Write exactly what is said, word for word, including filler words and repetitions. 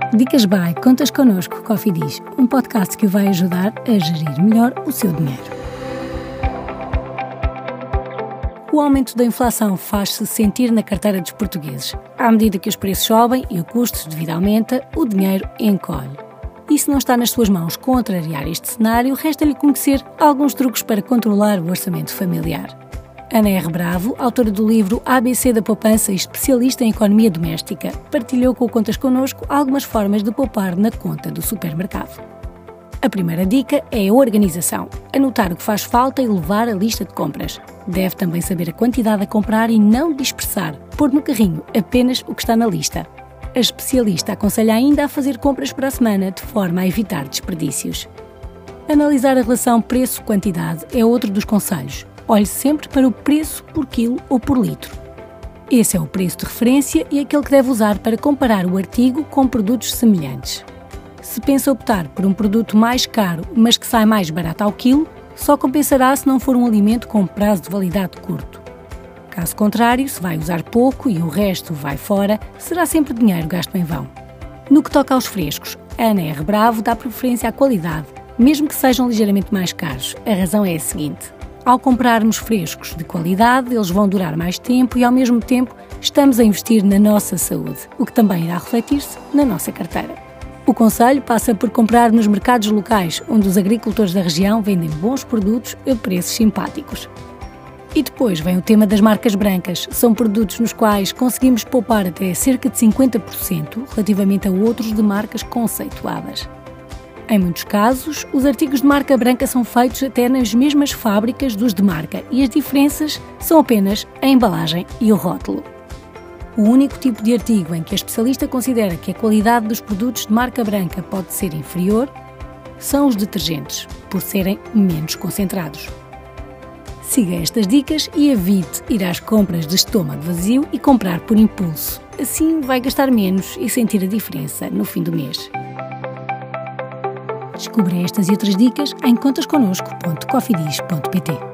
Dicas by Contas Connosco Cofidis, um podcast que o vai ajudar a gerir melhor o seu dinheiro. O aumento da inflação faz-se sentir na carteira dos portugueses. À medida que os preços sobem e o custo de vida aumenta, o dinheiro encolhe. E se não está nas suas mãos contrariar este cenário, resta-lhe conhecer alguns truques para controlar o orçamento familiar. Ana R. Bravo, autora do livro A B C da Poupança e especialista em economia doméstica, partilhou com o Contas Connosco algumas formas de poupar na conta do supermercado. A primeira dica é a organização. Anotar o que faz falta e levar a lista de compras. Deve também saber a quantidade a comprar e não dispersar, pôr no carrinho apenas o que está na lista. A especialista aconselha ainda a fazer compras para a semana, de forma a evitar desperdícios. Analisar a relação preço-quantidade é outro dos conselhos. Olhe sempre para o preço por quilo ou por litro. Esse é o preço de referência e aquele que deve usar para comparar o artigo com produtos semelhantes. Se pensa optar por um produto mais caro, mas que sai mais barato ao quilo, só compensará se não for um alimento com prazo de validade curto. Caso contrário, se vai usar pouco e o resto vai fora, será sempre dinheiro gasto em vão. No que toca aos frescos, Ana R. Bravo dá preferência à qualidade, mesmo que sejam ligeiramente mais caros. A razão é a seguinte: ao comprarmos frescos de qualidade, eles vão durar mais tempo e, ao mesmo tempo, estamos a investir na nossa saúde, o que também irá refletir-se na nossa carteira. O conselho passa por comprar nos mercados locais, onde os agricultores da região vendem bons produtos a preços simpáticos. E depois vem o tema das marcas brancas. São produtos nos quais conseguimos poupar até cerca de cinquenta por cento relativamente a outros de marcas conceituadas. Em muitos casos, os artigos de marca branca são feitos até nas mesmas fábricas dos de marca e as diferenças são apenas a embalagem e o rótulo. O único tipo de artigo em que a especialista considera que a qualidade dos produtos de marca branca pode ser inferior são os detergentes, por serem menos concentrados. Siga estas dicas e evite ir às compras de estômago vazio e comprar por impulso. Assim vai gastar menos e sentir a diferença no fim do mês. Descubra estas e outras dicas em contasconnosco ponto cofidis ponto pt.